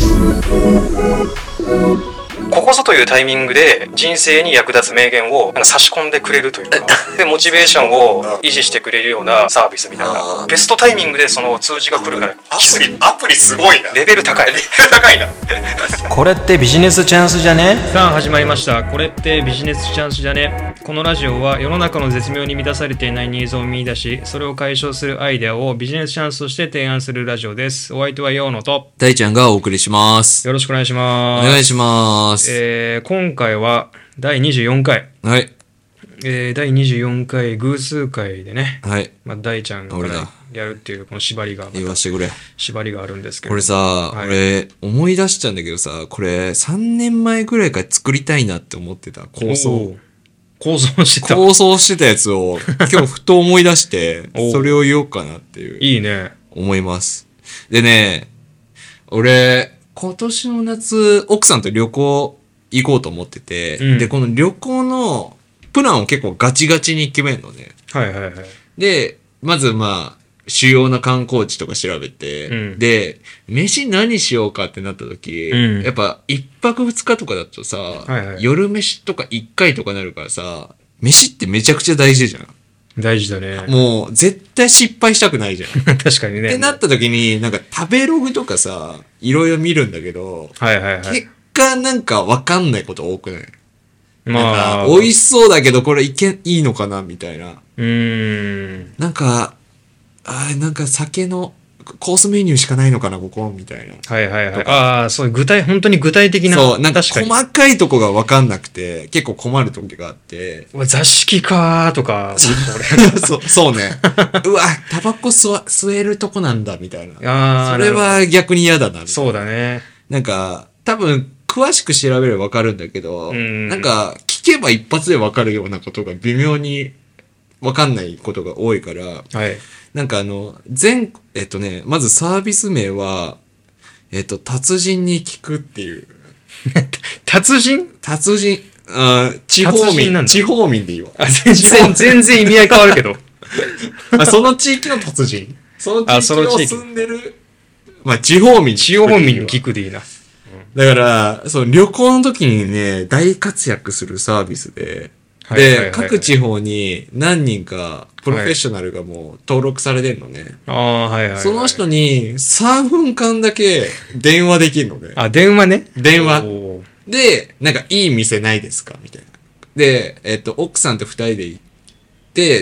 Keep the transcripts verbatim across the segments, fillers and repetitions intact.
ここぞというタイミングで人生に役立つ名言をなんか差し込んでくれるというかでモチベーションを維持してくれるようなサービスみたいなベストタイミングでその通知が来るからアプリアプリすごいな。 レベル高いレベル高いな。 これってビジネスチャンスじゃね？ さあ始まりました。これってビジネスチャンスじゃね？このラジオは世の中の絶妙に満たされていないニーズを見出し、それを解消するアイデアをビジネスチャンスとして提案するラジオです。お相手はヨーノと大ちゃんがお送りします。 よろしくお願いします。 お願いします。 えー、今回はだいにじゅうよんかい。 はい。 えー、だいにじゅうよんかい偶数回でね。 はい。 まあ、大ちゃんがやるっていうこの縛りが、 言わしてくれ。 縛りがあるんですけど。 これさ、はい、俺思い出しちゃうんだけどさ、これさんねんまえぐらいから作りたいなって思ってた構想。 構想してた。 構想してたやつを今日ふと思い出して、それを言おうかなっていう。 いいね。思います。でね、俺、今年の夏、奥さんと旅行行こうと思ってて、うん、で、この旅行のプランを結構ガチガチに決めるのね。 はいはいはい。 で、まずまあ、主要な観光地とか調べて、うん、で、飯何しようかってなった時、うん、やっぱ一泊二日とかだとさ、はいはい、夜飯とか一回とかなるからさ、飯ってめちゃくちゃ大事じゃん。 大事だね。 もう絶対失敗したくないじゃん。 確かにね。 ってなった時に、なんか食べログとかさ、いろいろ見るんだけど、 はいはいはい、 結果なんかわかんないこと多くない？ まあ、 美味しそうだけどこれいけ、いいのかなみたいな。 うーん。 なんか、あなんか酒のコースメニューしかないのかなここみたいな。 はいはいはい。ああ、そういう具体、本当に具体的な。 そう、なんか細かいとこがわかんなくて、結構困る時があって。 座敷かーとか。 そう、そうね。うわ、タバコ吸わ、吸えるとこなんだみたいな。ああ。それは逆に嫌だなみたいな。 そうだね。 なんか、多分、詳しく調べればわかるんだけど、うん、なんか、聞けば一発でわかるようなことが微妙にわかんないことが多いから、 はい。 なんかあの、全、えっとね、まずサービス名は、えっと、達人に聞くっていう。 達人達人、あ地方民、地方民でいいわ。 あ、全然、全然意味合い変わるけど。 あその地域の達人。その地域を住んでる、まあ地方民。 地方民に聞くでいいな。 だから、その旅行の時にね、大活躍するサービスで、で、はいはいはいはい、各地方に何人かプロフェッショナルがもう登録されてんのね。 ああ、はいはい、はい。 その人にさんぷんかんだけ電話できるのね。 あ、電話ね。 電話。で、なんかいい店ないですかみたいな。で、えっと、奥さんと二人で行って、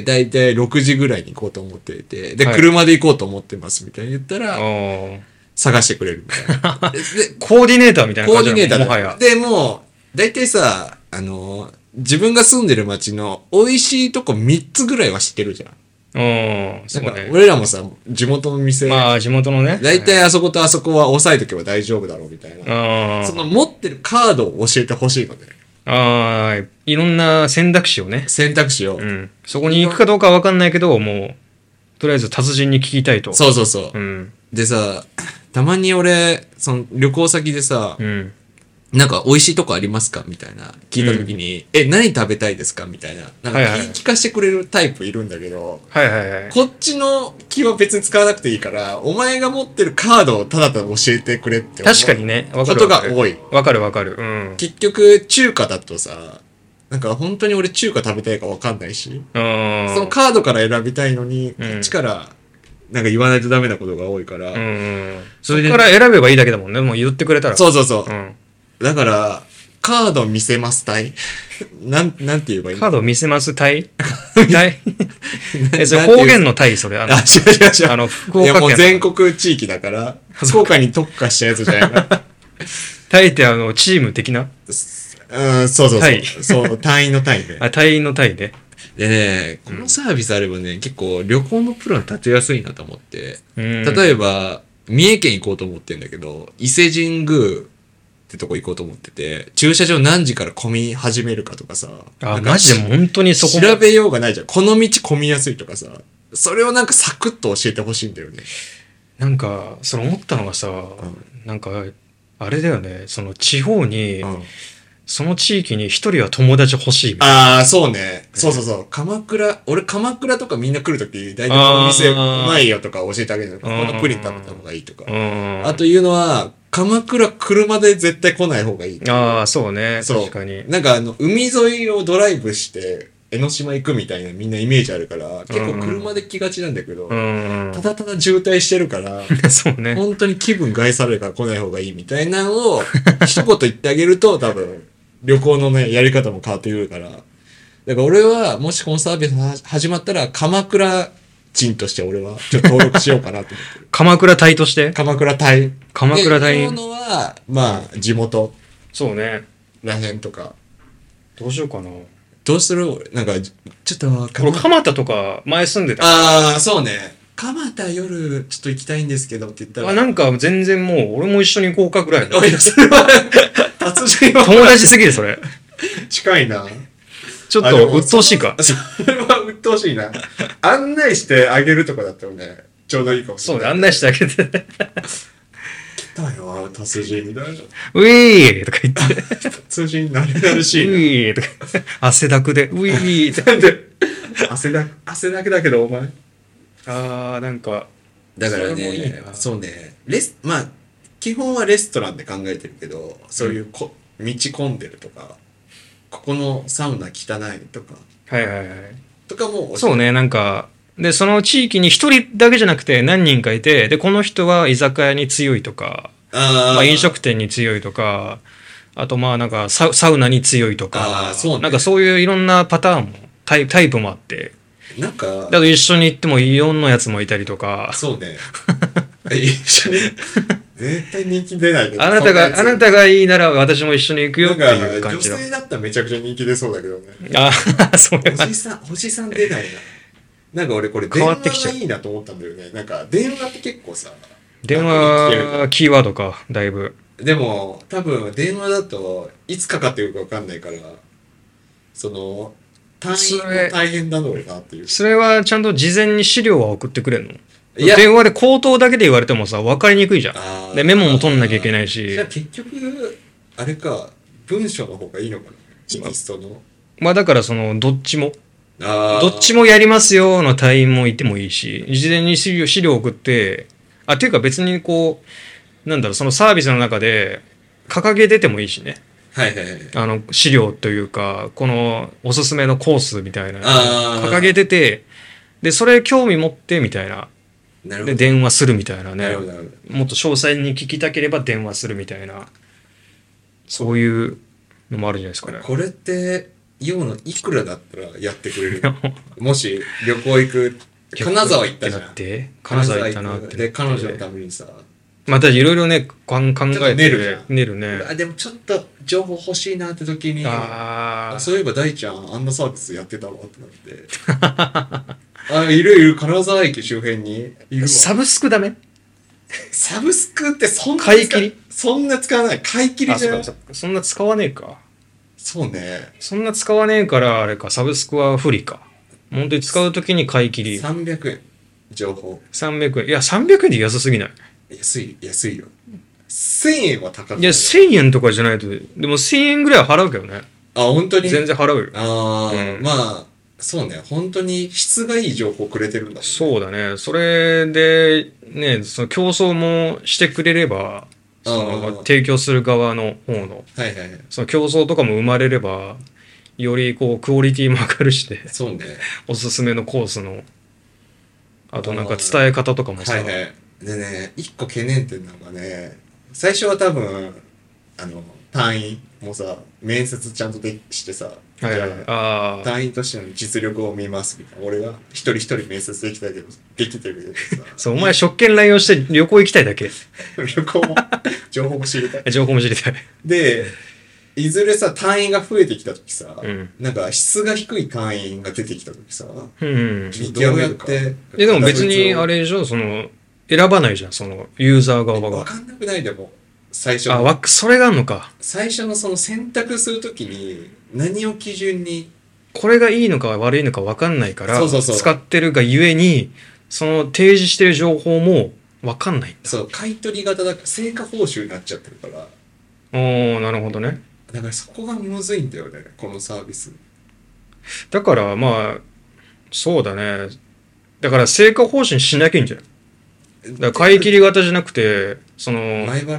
だいたいろくじぐらいに行こうと思っていて、で、はい、車で行こうと思ってますみたいに言ったら、探してくれるみたいな。で、 コーディネーターみたいな感じコーディネーターもはや。で、もう、だいたいさ、あの、自分が住んでる街の美味しいとこみっつぐらいは知ってるじゃん。 うん。 なんか、俺らもさ、地元の店。 まあ、地元のね。 だいたいあそことあそこは押さえとけば大丈夫だろうみたいな。その持ってるカードを教えてほしいのね。 ああ、いろんな選択肢をね。 選択肢を。 うん。そこに行くかどうかはわかんないけど、もう、とりあえず達人に聞きたいと。 そうそうそう。 うん。 でさ、たまに俺、その旅行先でさ、 うん、 なんか美味しいとこありますかみたいな聞いたときに、うん、え、何食べたいですかみたいな。なんか聞かしてくれるタイプいるんだけど、 はいはいはい、 こっちの気は別に使わなくていいから、お前が持ってるカードをただただ教えてくれって思う。 確かにね。 わかる。ことが多い。 わかるわかる。うん。 結局、中華だとさ、なんか本当に俺中華食べたいかわかんないし、 そのカードから選びたいのに、こっちから、なんか言わないとダメなことが多いから。 うんうん。それから選べばいいだけだもんね。もう言ってくれたら。 そうそうそう。 うん、 だから、カード見せますたいなん、なんて言えばいいの？ カード見せますたいたいえ、それ方言のたいそれ。あの、 あ、違う違う違う。 あの、福岡県。 いやもう全国地域だから、福岡に特化したやつじゃないか。 たいってあの、チーム的な？ うん、そうそうそう。 タイ。 そう、単位の単位で。 あ、単位の単位で。 でね、このサービスあればね、結構旅行のプラン立てやすいなと思って、例えば、三重県行こうと思ってんだけど、伊勢神宮ってとこ行こうと思ってて、駐車場何時から混み始めるかとかさ。 あ、マジで本当にそこ調べようがないじゃん。この道混みやすいとかさ。それをなんかサクッと教えてほしいんだよね。 なんか、それ思ったのがさ、うん、なんか、あれだよね、その地方に、うんその地域に一人は友達欲しいみたいな。ああ、そうね。そうそうそう。鎌倉、俺鎌倉とかみんな来るとき、大体この店うまいよとか教えてあげるの。このプリン食べた方がいいとか。あというのは、 鎌倉車で絶対来ない方がいい。 ああ、そうね。 そう確かに。 なんかあの、海沿いをドライブして、江ノ島行くみたいなみんなイメージあるから、結構車で来がちなんだけど、 うんうん、 ただただ渋滞してるから、 そうね。 本当に気分害されるから来ない方がいいみたいなのを、一言言ってあげると多分、旅行のね、やり方も変わってくるから。だから俺は、もしこのサービス始まったら、鎌倉人として俺は、ちょっと登録しようかなと思ってる。 鎌倉隊として鎌倉隊。 鎌倉隊。 で、のは、まあ、地元。 そうね。 らへんとか。 どうしようかな。 どうする俺、なんか、ちょっと、 俺、蒲田とか前住んでた。 ああ、そうね。蒲田夜、ちょっと行きたいんですけどって言ったら。 あ、なんか全然もう、俺も一緒に行こうかぐらいの。 いや、それは、達人は。 友達すぎる、それ。 近いな。 ちょっと、鬱陶しいか。 それは鬱陶しいな。案内してあげるとかだったらね、ちょうどいいかもしれない。 そうね、案内してあげて。 来たよ、達人みたいな。 ウィーとか言って。 達人なれなれしいな。 ウィーとか。汗だくで、ウィーって。 なんで、汗だく、汗だくだけど、お前。 あー、なんか。 だからそれもいいね、 なそうね、レス、まあ、基本はレストランで考えてるけど、そういうこ、道混んでるとか、ここのサウナ汚いとか、 はいはいはい。 とかも、 そうね、なんか、で、その地域に一人だけじゃなくて何人かいて、で、この人は居酒屋に強いとか、 あまあ飲食店に強いとか、あとまあなんかササウナに強いとか、 あそうねなんかそういういろんなパターンも、タイタイプもあって、 なんか、 だと一緒に行ってもイオンのやつもいたりとか、 そうね。一緒に、絶対人気出ないけど。 あなたが、あなたがいいなら私も一緒に行くよなんかっていう感じの。 女性だったらめちゃくちゃ人気出そうだけどね。 ああ、そうやおじさん、おじさん出ないな。なんか俺これ電話変わってきちゃうがいいなと思ったんだよね。なんか電話って結構さ、 電話、キーワードか、だいぶ。 でも多分電話だといつかかってるかわかんないから、その、単位も大変だろうなっていう。 それはちゃんと事前に資料は送ってくれんの？ いや電話で口頭だけで言われてもさ、分かりにくいじゃん。 あーで、メモも取んなきゃいけないしじゃあ。結局、あれか、文章の方がいいのかなテキストの。 まあだからその、どっちも。 あどっちもやりますよの隊員もいてもいいし、事前に資料資料送って、あ、っていうか別にこう、なんだろう、そのサービスの中で掲げててもいいしね。 はいはいはい。 あの、資料というか、このおすすめのコースみたいな、 あー掲げてて、で、それ興味持ってみたいな。で、 なるほど。 電話するみたいなねなるほどなるほど。 もっと詳細に聞きたければ電話するみたいな、そういうのもあるんじゃないですかね。 これって、イオのいくらだったらやってくれるもし旅行行く、金沢行ったじゃん。 だって金沢行ったなって。 で、彼女のためにさ、 またいろいろね、考考ちょっとえて練るじゃん練るね。 あ、でもちょっと情報欲しいなって時に、 ああ、 そういえば大ちゃんあんなサービスやってたわってなって。あ、いるいる、金沢駅周辺にいるわ。 サブスクダメ？ サブスクってそんな使買い切りそんな使わない。買い切りあ、 じゃん。 そうかそそんな使わねえか。 そうね。 そんな使わねえから、あれか、サブスクは不利か。本当に使うときに買い切り。 さんびゃくえん。情報。 さんびゃくえん。いや、さんびゃくえんで安すぎない。 安い、安いよ。せんえんは高くないいや、せんえんとかじゃないと、でもせんえんぐらいは払うけどね。 あ、本当に全然払うよ。 ああ、 うんまあ、そうね。本当に質がいい情報くれてるんだもんね。 そうだね。それで、ね、その競争もしてくれれば、そあのー提供する側の方の、 はいはいはい。 その競争とかも生まれれば、よりこう、クオリティも上がるしで、 そうね。 おすすめのコースの、あとなんか伝え方とかもさ、 はいはい。でね、一個懸念点なのがね、最初は多分、あの、単位もさ、面接ちゃんとでしてさ、 はいはい、 じゃあ、 ああ、 単位としての実力を見ますみたいな。俺が一人一人面接できたけど、できてるけどさ。 そう、お前職権乱用して旅行行きたいだけ。 旅行も、情報も知りたい。 情報も知りたい。 で、いずれさ、単位が増えてきたときさ、 うんなんか質が低い会員が出てきたときさ、 うん。 どうやって、 え、でも別にあれでしょ、その、選ばないじゃん、その、ユーザー側が。 わかんなくないでも、最初あ、 の、 わ、それがあんのか。 最初のその選択するときに、何を基準に、 これがいいのか悪いのか分かんないから、 そうそうそう使ってるがゆえに、その提示してる情報も分かんないんだ。 そう、買い取り型だから、成果報酬になっちゃってるから、 おー、なるほどね。 だからそこがむずいんだよね、このサービス。 だからまあ、そうだね。だから成果報酬にしなきゃいいんじゃない？だから買い切り型じゃなくて、その、 前払い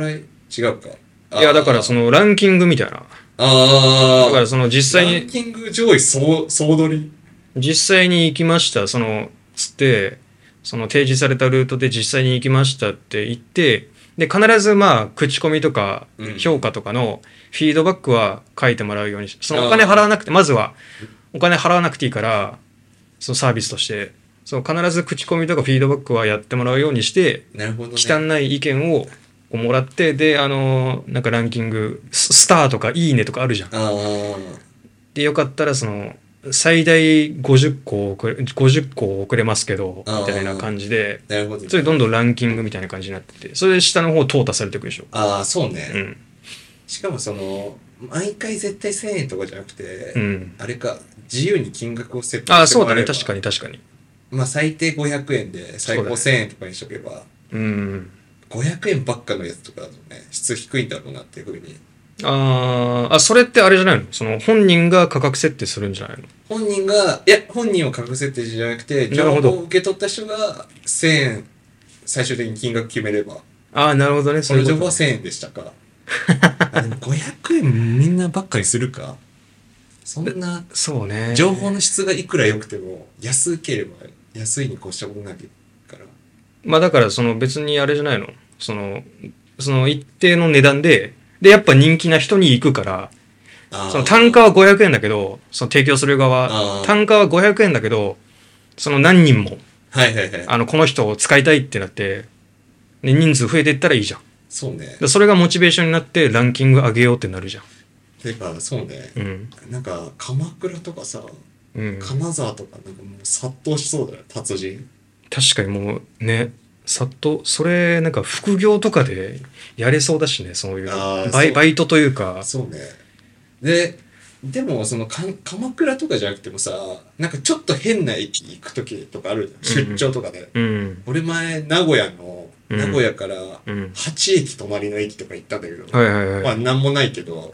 違うか。 いやだからそのランキングみたいな。 ああ。 だからその実際に。 ランキング上位総、総取り実際に行きました、その、つって、その提示されたルートで実際に行きましたって言って、で、必ずまあ、口コミとか評価とかのフィードバックは書いてもらうようにし、そのお金払わなくて、まずはお金払わなくていいから、そのサービスとして、その必ず口コミとかフィードバックはやってもらうようにして、 なるほどね、 汚い意見をもらって、で、あの、なんかランキング、スターとかいいねとかあるじゃん。 あで、よかったらその、最大ごじゅっこ遅れ、ごじゅっこ遅れますけど、みたいな感じで、 なるほど、ね、 それどんどんランキングみたいな感じになってて、それで下の方淘汰されていくでしょ。 ああ、そうね。 うん。 しかもその、毎回絶対せんえんとかじゃなくて、 うん、 あれか、自由に金額を設定してもらえば。 ああ、そうだね。確かに確かに。 まあ最低ごひゃくえんで最高せんえんとかにしとけば、 う、ね、うん。 ごひゃくえんばっかのやつとかだとね、質低いんだろうなっていうふうに。 ああ、それってあれじゃないの？その本人が価格設定するんじゃないの？ 本人が、いや、本人を価格設定じゃなくて、情報を受け取った人がせんえん、最終的に金額決めれば。 ああ、なるほどね。 その情報はせんえんでしたから。あでもごひゃくえんみんなばっかりするか？そんな、 そうね。 情報の質がいくら良くても、安ければ安いに越したことないから。 まあだからその別にあれじゃないの？その、その一定の値段で、で、やっぱ人気な人に行くから、その単価はごひゃくえんだけど、その提供する側、単価はごひゃくえんだけど、その何人も、 はいはいはい。 あの、この人を使いたいってなって、で人数増えていったらいいじゃん。 そうね。 それがモチベーションになってランキング上げようってなるじゃん。 てか、そうね。 うん。 なんか、鎌倉とかさ、 うん、 金沢とかなんかもう殺到しそうだよ、達人。 確かにもうね、殺到、それなんか副業とかでやれそうだしね、そういうバイ、バイトというか。 そうね。で、でもそのか鎌倉とかじゃなくてもさ、なんかちょっと変な駅行く時とかあるじゃん、出張とかで、 うん、 俺前名古屋の、うん、名古屋からはちえき隣の駅とか行ったんだけど、 はいはいはい、 まあなんもないけど、 うん、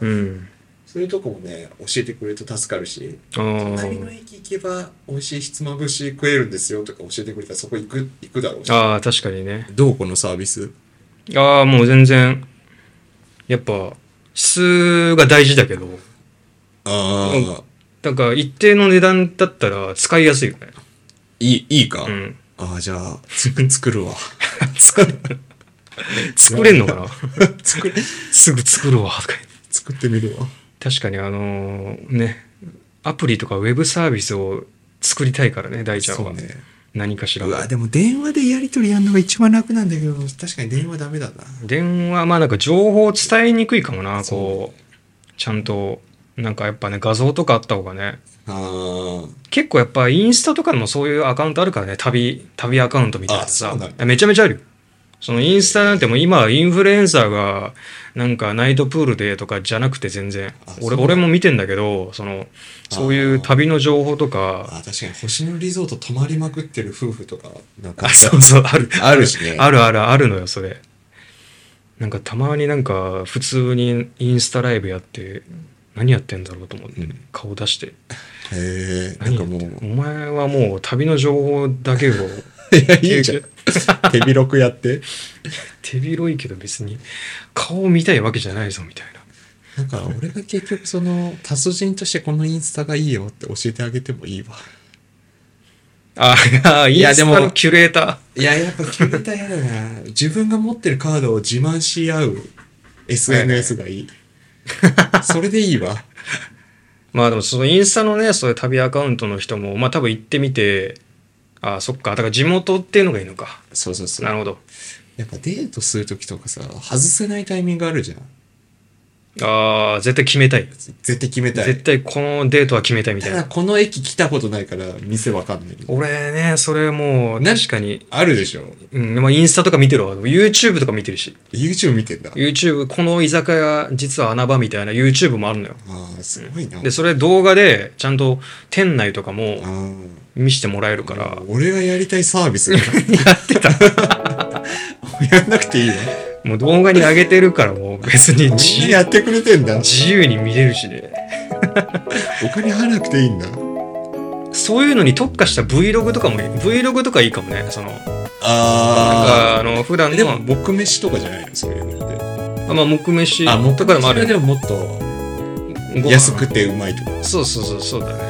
そういうとこもね教えてくれると助かるし、隣の駅行けば美味しいひつまぶし食えるんですよとか教えてくれたらそこ行く行くだろうし。 ああ確かにね。 どうこのサービス？ ああもう全然やっぱ質が大事だけど、 ああなんか一定の値段だったら使いやすいよね。 いいいいか。 うん、 ああじゃあ作るわ。 作る作れんのかな。作すぐ作るわ。 作ってみるわ。 確かにあのー、ねアプリとかウェブサービスを作りたいからね大ちゃんは。そうね。何かしら。 うわでも電話でやり取りやるのが一番楽なんだけど、確かに電話ダメだな。 電話まあなんか情報を伝えにくいかもな。こうちゃんとなんかやっぱね画像とかあった方がね。 あ結構やっぱインスタとかでもそういうアカウントあるからね。旅旅アカウントみたいなさ、めちゃめちゃあるよ。そのインスタなんてもう今インフルエンサーがなんかナイトプールでとかじゃなくて全然俺俺も見てんだけど、そのそういう旅の情報とか。 あ確かに星野リゾート泊まりまくってる夫婦とかなんかあそうそうあるあるしね。 あるあるあるのよそれ。なんかたまになんか普通にインスタライブやって何やってんだろうと思って、うん、顔出して。 へえ。なんかもうお前はもう旅の情報だけをいやいいじゃん。手広くやって手広いけど別に顔を見たいわけじゃないぞみたいな。なんか俺が結局その達人としてこのインスタがいいよって教えてあげてもいいわ。 ああインスタのキュレーター。いややっぱキュレーターやだな。自分が持ってるカードを自慢し合う エスエヌエス がいい。それでいいわ。 まあでもそのインスタのねそういう旅アカウントの人もまあ多分行ってみて、ああそっかだから地元っていうのがいいのか。 そうそうそう。 なるほど。 やっぱデートするときとかさ外せないタイミングあるじゃん。 ああ絶対決めたい。 絶対決めたい。 絶対このデートは決めたいみたいな。 ただこの駅来たことないから店わかんない。 俺ねそれもう確かにあるでしょ。 うんまあインスタとか見てるわ。 YouTube とか見てるし。 YouTube 見てんだ。 YouTube この居酒屋実は穴場みたいな YouTube もあるのよ。 ああすごいな。 でそれ動画でちゃんと店内とかも見してもらえるから。 俺がやりたいサービスやってたやんなくていいわ。 もう動画に上げてるからもう別に自由やってくれてんだ。 自由に見れるしね。 お金払わなくていいんだ。 そういうのに特化した Vlog とかもいい。Vlog とかいいかもね。そのああの普段でも僕飯とかじゃないのそういうのって。 あまあ木飯あ木とかでもある。 でももっと安くてうまいとか。 そうそうそうそうだね。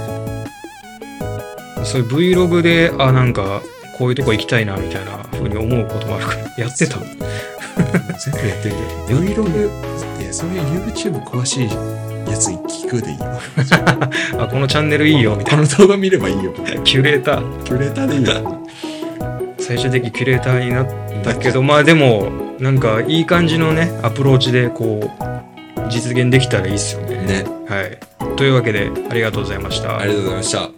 そういう Vlog であなんかこういうとこ行きたいなみたいな風に思うこともあるからやってた。 全部やってるんだよ。Vlog いやそういう YouTube 詳しいやつ聞くでいいわ。 あこのチャンネルいいよみたいな。 この動画見ればいいよ。 キュレーター。 キュレーターでいいよ。 最終的にキュレーターになったけどまあでもなんかいい感じのねアプローチでこう実現できたらいいっすよね。 ね。 はい。というわけでありがとうございました。 ありがとうございました。